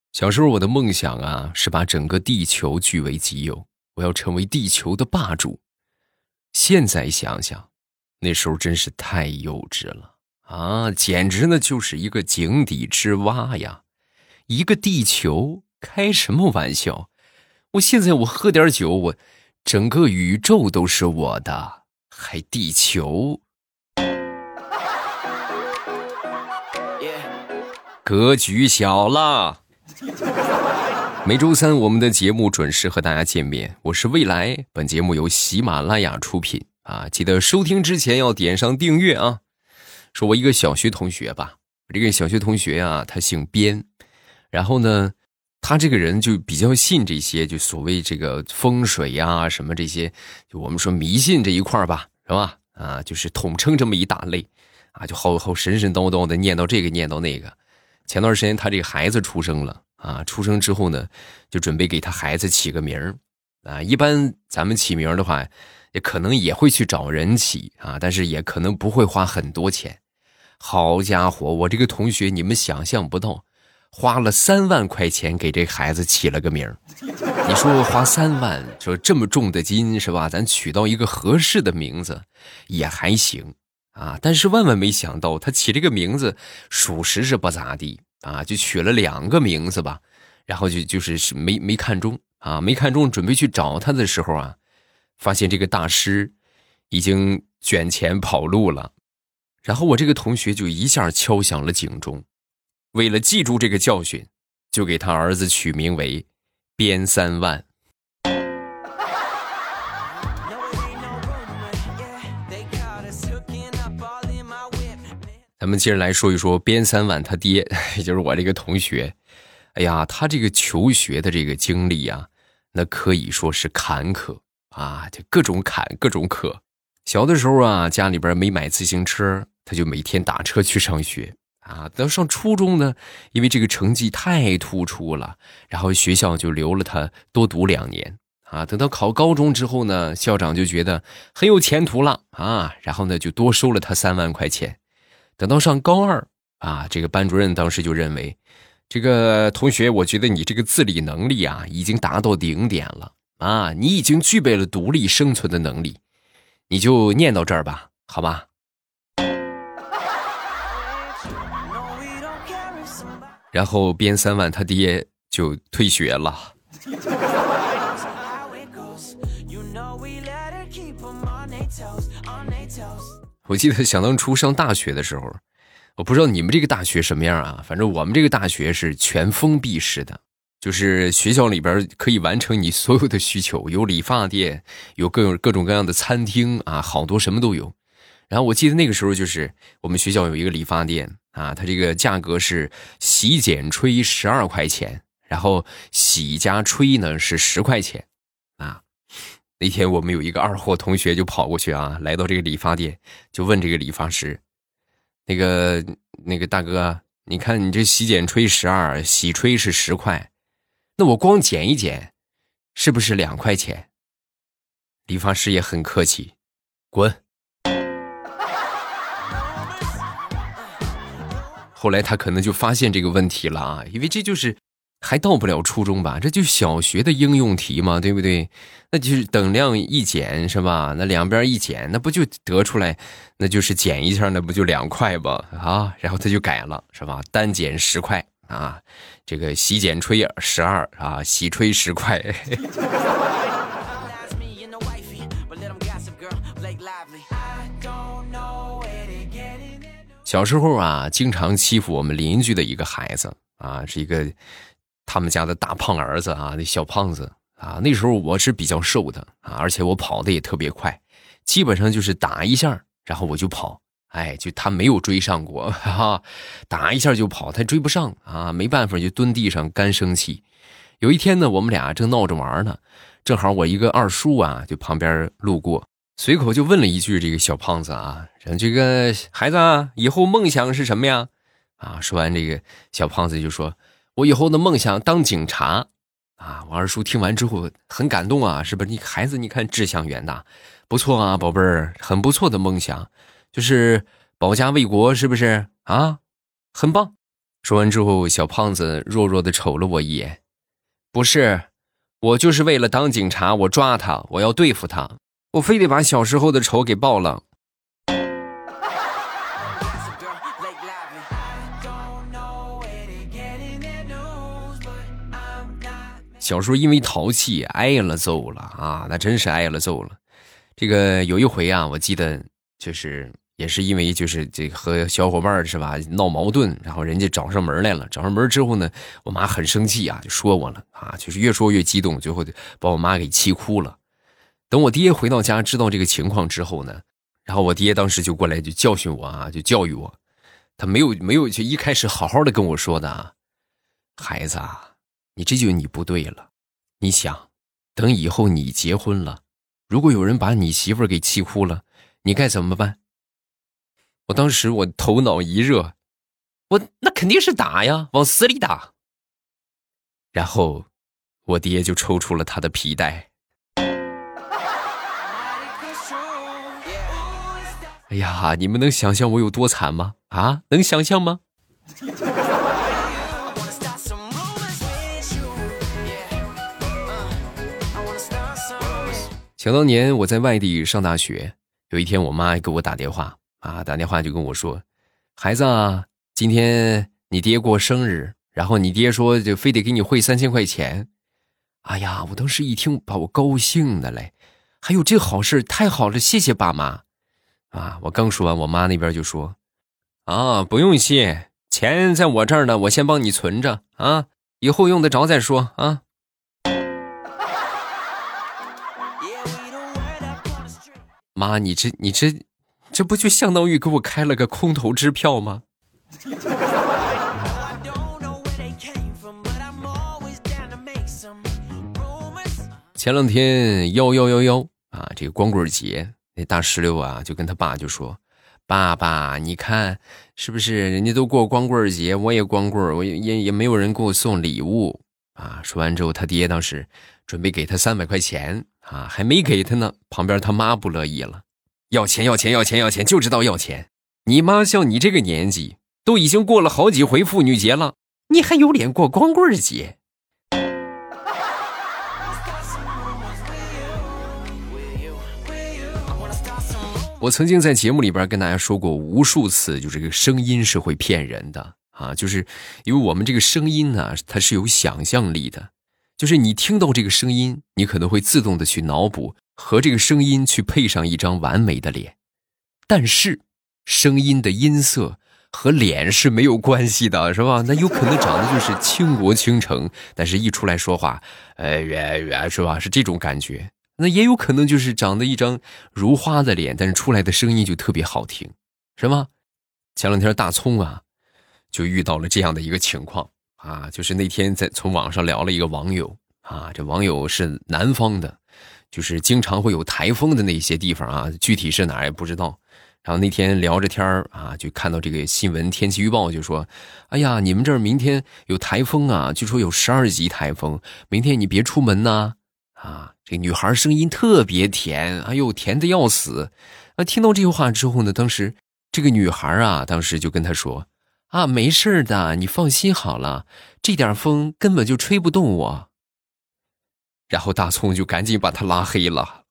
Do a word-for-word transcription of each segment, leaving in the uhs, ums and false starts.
小时候我的梦想啊，是把整个地球据为己有，我要成为地球的霸主。现在想想，那时候真是太幼稚了啊，简直呢就是一个井底之蛙呀！一个地球，开什么玩笑？我现在我喝点酒，我整个宇宙都是我的，还地球？格局小了。每周三我们的节目准时和大家见面，我是未来，本节目由喜马拉雅出品啊，记得收听之前要点上订阅啊。说我一个小学同学吧，这个小学同学啊，他姓边，然后呢他这个人就比较信这些就所谓这个风水啊什么这些，就我们说迷信这一块吧，是吧？啊，就是统称这么一大类啊，就好好神神叨叨的念叨这个念叨那个。前段时间他这个孩子出生了啊，出生之后呢，就准备给他孩子起个名儿啊。一般咱们起名的话，也可能也会去找人起啊，但是也可能不会花很多钱。好家伙，我这个同学你们想象不到，花了三万块钱给这孩子起了个名儿。你说花三万，说这么重的金是吧？咱取到一个合适的名字也还行。啊！但是万万没想到，他起这个名字属实是不咋地啊，就取了两个名字吧，然后就就是没没看中啊，没看中，准备去找他的时候啊，发现这个大师已经卷钱跑路了。然后我这个同学就一下敲响了警钟，为了记住这个教训，就给他儿子取名为边三万。咱们接着来说一说边三万他爹，也就是我这个同学。哎呀，他这个求学的这个经历啊，那可以说是坎坷啊，就各种坎各种坷。小的时候啊，家里边没买自行车，他就每天打车去上学啊。等上初中呢，因为这个成绩太突出了，然后学校就留了他多读两年啊。等到考高中之后呢，校长就觉得很有前途了啊，然后呢就多收了他三万块钱。等到上高二啊，这个班主任当时就认为，这个同学，我觉得你这个自理能力啊，已经达到顶点了啊，你已经具备了独立生存的能力，你就念到这儿吧，好吧？然后边三万他爹就退学了。我记得想当初上大学的时候，我不知道你们这个大学什么样啊，反正我们这个大学是全封闭式的，就是学校里边可以完成你所有的需求，有理发店，有各种各种各样的餐厅啊，好多什么都有。然后我记得那个时候就是我们学校有一个理发店啊，它这个价格是洗剪吹十二块钱，然后洗加吹呢是十块钱啊。那天我们有一个二货同学就跑过去啊，来到这个理发店，就问这个理发师，那个那个大哥，你看你这洗剪吹十二，洗吹是十块，那我光剪一剪，是不是两块钱？理发师也很客气，滚。后来他可能就发现这个问题了啊，因为这就是还到不了初中吧，这就小学的应用题嘛，对不对？那就是等量一减是吧？那两边一减，那不就得出来，那就是减一下，那不就两块吧？啊，然后他就改了是吧？单减十块啊，这个洗剪吹十二啊，洗吹十块。小时候啊，经常欺负我们邻居的一个孩子啊，是一个他们家的大胖儿子啊，那小胖子啊。那时候我是比较瘦的啊，而且我跑得也特别快，基本上就是打一下，然后我就跑。哎，就他没有追上过，哈哈，打一下就跑，他追不上啊，没办法就蹲地上干生气。有一天呢，我们俩正闹着玩呢，正好我一个二叔啊，就旁边路过。随口就问了一句这个小胖子啊，这个孩子啊，以后梦想是什么呀？啊，说完这个小胖子就说，我以后的梦想当警察。啊，我二叔听完之后很感动啊，是不是？你孩子你看志向远大，不错啊，宝贝儿，很不错的梦想，就是保家卫国，是不是啊？很棒。 说完之后，小胖子弱弱地瞅了我一眼，不是，我就是为了当警察，我抓他，我要对付他，我非得把小时候的仇给报了。小时候因为淘气挨了揍了啊，那真是挨了揍了。这个有一回啊，我记得就是也是因为就是这个和小伙伴是吧闹矛盾，然后人家找上门来了，找上门之后呢，我妈很生气啊，就说我了啊，就是越说越激动，最后就把我妈给气哭了。等我爹回到家知道这个情况之后呢，然后我爹当时就过来就教训我啊，就教育我，他没有没有就一开始好好的跟我说的啊，孩子啊。你这就你不对了，你想，等以后你结婚了，如果有人把你媳妇儿给气哭了，你该怎么办？我当时我头脑一热，我那肯定是打呀，往死里打。然后我爹就抽出了他的皮带。哎呀，你们能想象我有多惨吗？啊，能想象吗？想当年我在外地上大学，有一天我妈给我打电话啊，打电话就跟我说，孩子啊，今天你爹过生日，然后你爹说就非得给你汇三千块钱。哎呀，我当时一听把我高兴的嘞，还有这好事，太好了，谢谢爸妈啊！我刚说完，我妈那边就说啊，不用谢，钱在我这儿呢，我先帮你存着啊，以后用得着再说啊。妈，你这你这这不就相当于给我开了个空头支票吗？前两天幺幺幺幺啊，这个光棍节，那大石榴啊就跟他爸就说，爸爸你看是不是人家都过光棍节，我也光棍，我也也也没有人给我送礼物啊。说完之后，他爹当时准备给他三百块钱啊，还没给他呢，旁边他妈不乐意了，要钱要钱要钱要钱，就知道要钱。你妈像你这个年纪，都已经过了好几回妇女节了，你还有脸过光棍节？我曾经在节目里边跟大家说过无数次，就这个声音是会骗人的啊，就是因为我们这个声音呢，它是有想象力的，就是你听到这个声音，你可能会自动的去脑补和这个声音去配上一张完美的脸，但是声音的音色和脸是没有关系的，是吧？那有可能长得就是倾国倾城，但是一出来说话，呃，圆圆是吧？是这种感觉。那也有可能就是长得一张如花的脸，但是出来的声音就特别好听，是吗？前两天大葱啊，就遇到了这样的一个情况啊，就是那天在从网上聊了一个网友啊，这网友是南方的，就是经常会有台风的那些地方啊，具体是哪儿也不知道。然后那天聊着天啊，就看到这个新闻天气预报就说，哎呀，你们这儿明天有台风啊，据说有十二级台风，明天你别出门呐。啊，这女孩声音特别甜，哎呦，甜的要死。那听到这句话之后呢，当时这个女孩啊，当时就跟他说，啊，没事的，你放心好了，这点风根本就吹不动我。然后大葱就赶紧把他拉黑了。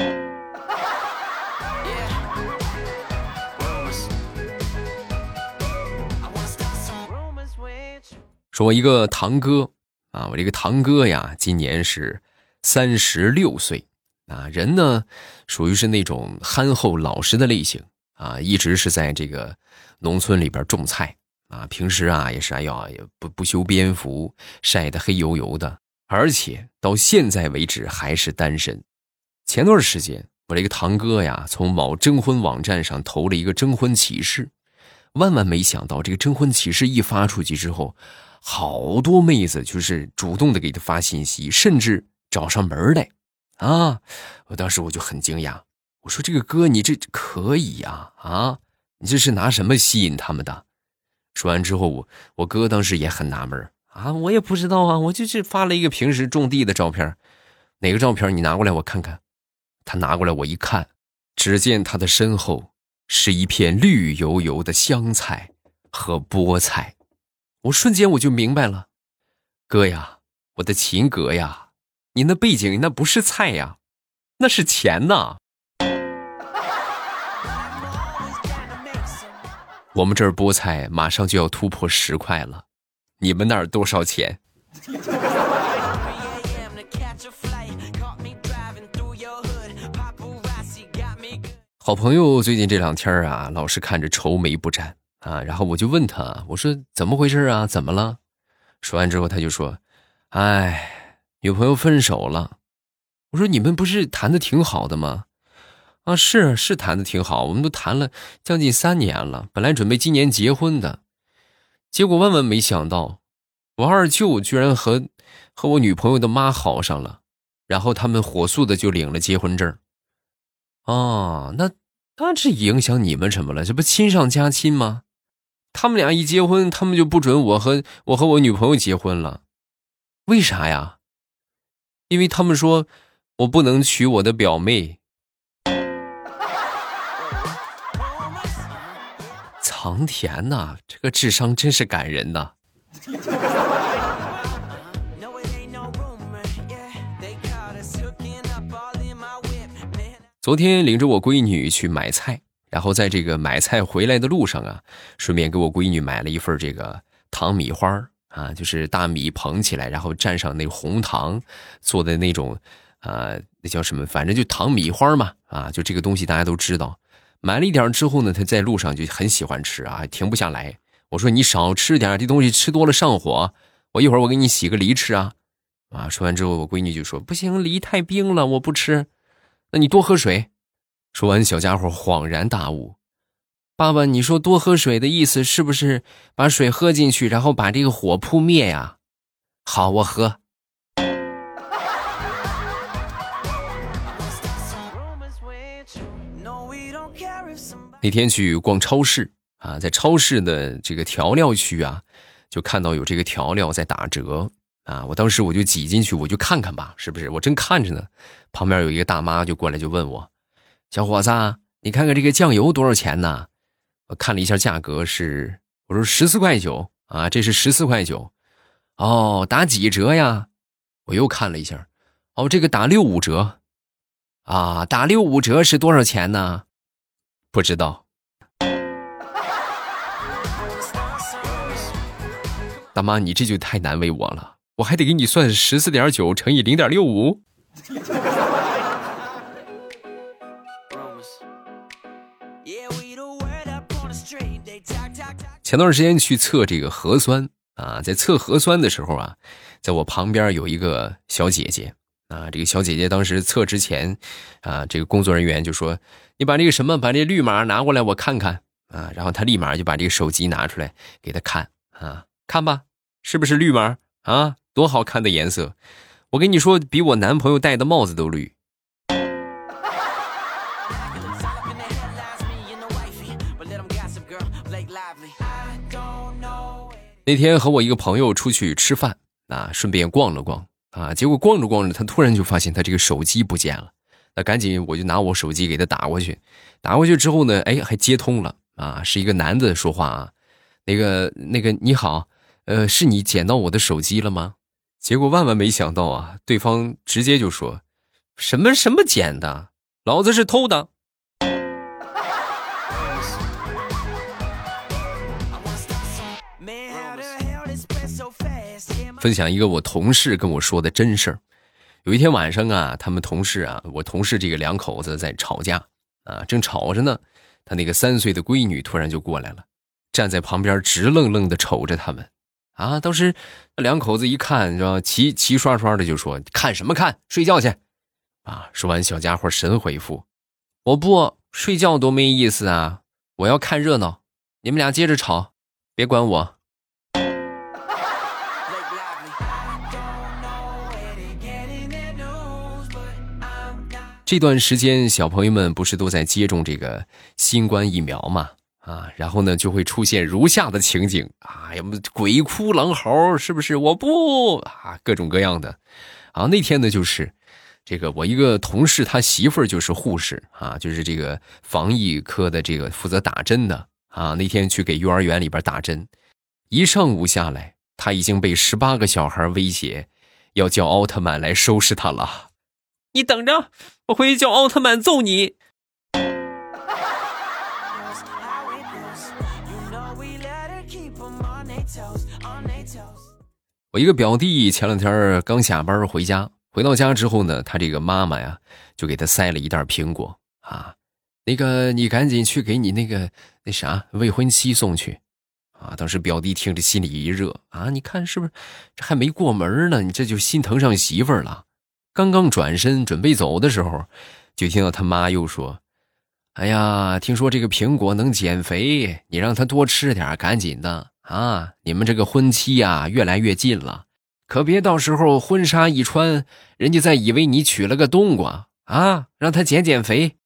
说我一个堂哥啊，我这个堂哥呀，今年是三十六岁啊，人呢属于是那种憨厚老实的类型啊，一直是在这个农村里边种菜啊，平时啊也是哎呀也不不修边幅，晒得黑油油的，而且到现在为止还是单身。前段时间我这个堂哥呀，从某征婚网站上投了一个征婚启事，万万没想到这个征婚启事一发出去之后，好多妹子就是主动的给他发信息，甚至找上门来啊！我当时我就很惊讶，我说这个哥你这可以呀 啊, 啊你这是拿什么吸引他们的？说完之后我我哥当时也很纳闷啊，我也不知道啊，我就是发了一个平时种地的照片，哪个照片你拿过来我看看。他拿过来我一看，只见他的身后是一片绿油油的香菜和菠菜， 我瞬间我就明白了，哥呀，我的秦哥呀，你那背景那不是菜呀，那是钱呐。我们这儿菠菜马上就要突破十块了，你们那儿多少钱？好朋友最近这两天啊，老是看着愁眉不展啊，然后我就问他，我说怎么回事啊？怎么了？说完之后他就说，哎，女朋友分手了。我说你们不是谈的挺好的吗？啊，是是谈的挺好，我们都谈了将近三年了，本来准备今年结婚的，结果万万没想到，我二舅居然和和我女朋友的妈好上了，然后他们火速的就领了结婚证。哦，那那这影响你们什么了？这不亲上加亲吗？他们俩一结婚，他们就不准我和我和我女朋友结婚了，为啥呀？因为他们说我不能娶我的表妹。藏田呐，这个智商真是感人呐。昨天领着我闺女去买菜，然后在这个买菜回来的路上啊，顺便给我闺女买了一份这个糖米花啊，就是大米捧起来，然后蘸上那个红糖做的那种，呃，那叫什么？反正就糖米花嘛，啊，就这个东西大家都知道。买了一点之后呢，他在路上就很喜欢吃啊，还停不下来。我说你少吃点，这东西吃多了上火。我一会儿我给你洗个梨吃啊。啊，说完之后我闺女就说不行，梨太冰了，我不吃。那你多喝水。说完小家伙恍然大悟，爸爸，你说多喝水的意思是不是把水喝进去，然后把这个火扑灭呀？好，我喝。那天去逛超市啊，在超市的这个调料区啊，就看到有这个调料在打折啊，我当时我就挤进去，我就看看吧，是不是？我正看着呢，旁边有一个大妈就过来就问我，小伙子，你看看这个酱油多少钱呢？我看了一下价格是，我说十四块九啊，这是十四块九。哦，打几折呀？我又看了一下，哦，这个打六五折。啊，打六五折是多少钱呢？不知道。大妈，你这就太难为我了，我还得给你算十四点九乘以零点六五。前段时间去测这个核酸啊，在测核酸的时候啊，在我旁边有一个小姐姐啊，这个小姐姐当时测之前啊，这个工作人员就说，你把这个什么把这绿码拿过来我看看啊，然后她立马就把这个手机拿出来给她看啊，看吧，是不是绿码啊？多好看的颜色，我跟你说比我男朋友戴的帽子都绿。那天和我一个朋友出去吃饭啊，顺便逛了逛啊，结果逛着逛着他突然就发现他这个手机不见了，那赶紧我就拿我手机给他打过去，打过去之后呢，哎，还接通了啊，是一个男的说话啊，那个那个你好，呃，是你捡到我的手机了吗？结果万万没想到啊，对方直接就说，什么什么捡的，老子是偷的。分享一个我同事跟我说的真事儿。有一天晚上啊，他们同事啊，我同事这个两口子在吵架啊，正吵着呢，他那个三岁的闺女突然就过来了，站在旁边直愣愣的瞅着他们啊。当时两口子一看，是吧，齐齐刷刷的就说，看什么看，睡觉去啊。说完小家伙神回复，我不睡觉多没意思啊，我要看热闹，你们俩接着吵，别管我。这段时间小朋友们不是都在接种这个新冠疫苗嘛啊，然后呢就会出现如下的情景啊，要么鬼哭狼嚎，是不是？我不啊，各种各样的啊。那天呢就是这个我一个同事他媳妇儿就是护士啊，就是这个防疫科的这个负责打针的啊，那天去给幼儿园里边打针， 一上午下来，他已经被十八个小孩威胁，要叫奥特曼来收拾他了。你等着，我会叫奥特曼揍你。我一个表弟前两天刚下班回家，回到家之后呢，他这个妈妈呀就给他塞了一袋苹果啊，那个你赶紧去给你那个那啥未婚妻送去啊。当时表弟听着心里一热啊，你看是不是这还没过门呢，你这就心疼上媳妇儿了。刚刚转身准备走的时候，就听到他妈又说，哎呀，听说这个苹果能减肥，你让他多吃点，赶紧的啊！你们这个婚期啊越来越近了，可别到时候婚纱一穿，人家再以为你娶了个冬瓜啊！让他减减肥。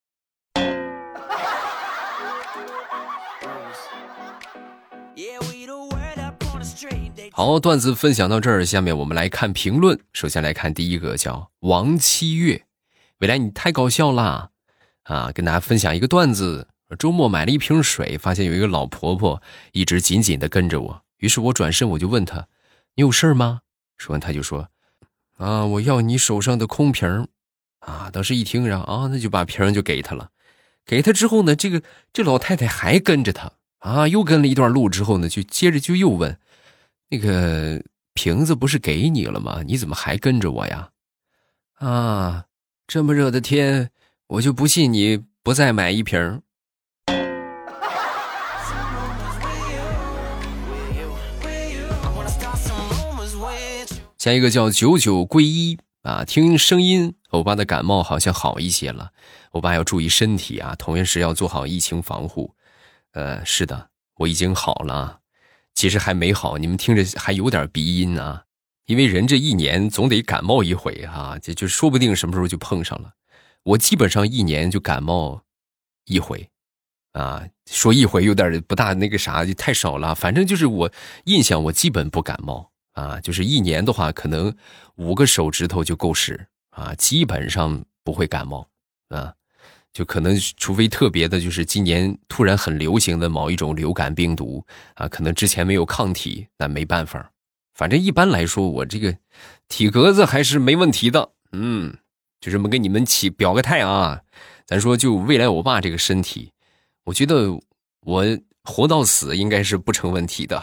好，段子分享到这儿，下面我们来看评论。首先来看第一个，叫王七月。未来你太搞笑啦啊！跟大家分享一个段子。周末买了一瓶水，发现有一个老婆婆一直紧紧地跟着我，于是我转身我就问她，你有事吗？说完她就说，啊，我要你手上的空瓶啊。当时一听，然后啊，那就把瓶就给她了。给她之后呢，这个这老太太还跟着她啊，又跟了一段路之后呢，就接着就又问，那个瓶子不是给你了吗？你怎么还跟着我呀？啊，这么热的天，我就不信你不再买一瓶。下一个叫九九归一啊，听声音欧巴的感冒好像好一些了，欧巴要注意身体啊，同时要做好疫情防护。呃，是的，我已经好了，其实还没好，你们听着还有点鼻音啊，因为人这一年总得感冒一回啊，这就说不定什么时候就碰上了。我基本上一年就感冒一回啊，说一回有点不大那个啥，就太少了，反正就是我印象我基本不感冒啊，就是一年的话可能五个手指头就够使啊，基本上不会感冒啊，就可能除非特别的就是今年突然很流行的某一种流感病毒啊，可能之前没有抗体，那没办法，反正一般来说我这个体格子还是没问题的。嗯，就这么跟你们起表个态啊，咱说就未来我爸这个身体，我觉得我活到死应该是不成问题的。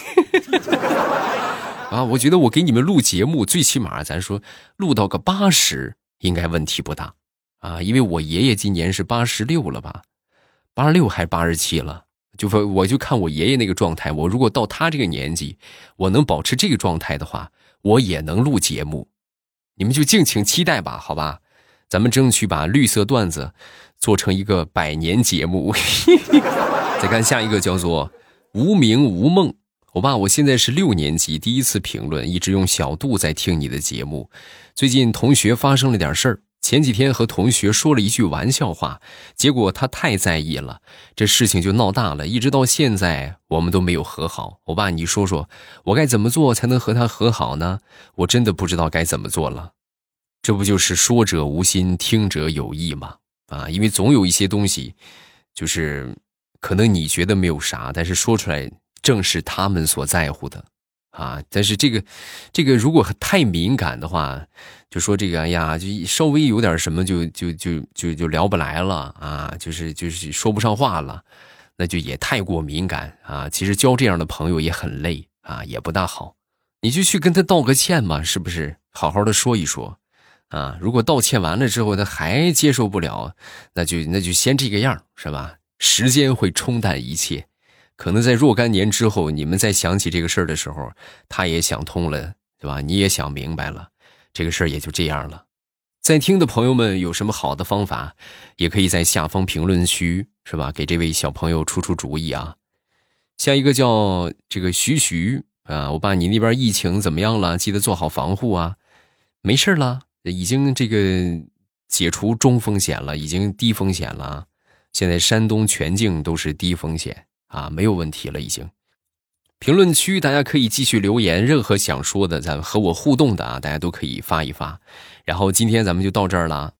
啊，我觉得我给你们录节目，最起码咱说录到个八十，应该问题不大啊。因为我爷爷今年是八十六了吧，八十六还八十七了，就说我就看我爷爷那个状态，我如果到他这个年纪，我能保持这个状态的话，我也能录节目。你们就敬请期待吧，好吧？咱们争取把绿色段子做成一个百年节目。再看下一个，叫做无名无梦。我爸，我现在是六年级，第一次评论，一直用小度在听你的节目。最近同学发生了点事儿，前几天和同学说了一句玩笑话，结果他太在意了，这事情就闹大了，一直到现在我们都没有和好。我爸，你说说我该怎么做才能和他和好呢？我真的不知道该怎么做了。这不就是说者无心，听者有意吗？啊，因为总有一些东西就是可能你觉得没有啥，但是说出来正是他们所在乎的啊！但是这个，这个如果太敏感的话，就说这个，哎呀，就稍微有点什么就就就就就聊不来了啊，就是就是说不上话了，那就也太过敏感啊！其实交这样的朋友也很累啊，也不大好。你就去跟他道个歉嘛，是不是？好好的说一说啊！如果道歉完了之后他还接受不了，那就那就先这个样，是吧？时间会冲淡一切。可能在若干年之后，你们再想起这个事儿的时候，他也想通了，对吧？你也想明白了，这个事儿也就这样了。在听的朋友们有什么好的方法，也可以在下方评论区，是吧？给这位小朋友出出主意啊。下一个叫这个徐徐啊，我爸，你那边疫情怎么样了？记得做好防护啊。没事了，已经这个解除中风险了，已经低风险了。现在山东全境都是低风险。啊，没有问题了已经。评论区大家可以继续留言，任何想说的咱和我互动的啊，大家都可以发一发。然后今天咱们就到这儿了，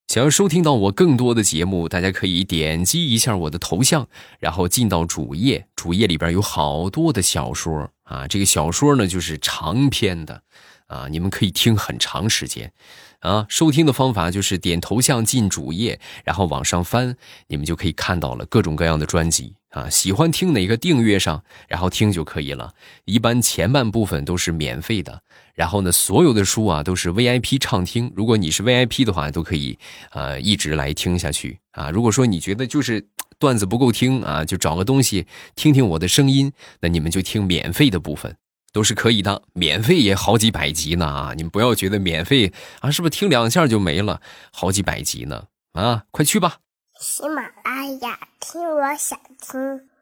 想要收听到我更多的节目，大家可以点击一下我的头像，然后进到主页，主页里边有好多的小说啊，这个小说呢就是长篇的啊，你们可以听很长时间啊。收听的方法就是点头像进主页，然后往上翻，你们就可以看到了各种各样的专辑啊，喜欢听哪个订阅上，然后听就可以了。一般前半部分都是免费的，然后呢，所有的书啊都是 V I P 畅听。如果你是 V I P 的话，都可以呃一直来听下去啊。如果说你觉得就是段子不够听啊，就找个东西听听我的声音，那你们就听免费的部分，都是可以的。免费也好几百集呢啊，你们不要觉得免费啊是不是听两下就没了，好几百集呢啊，快去吧。 喜马拉雅，听我想听。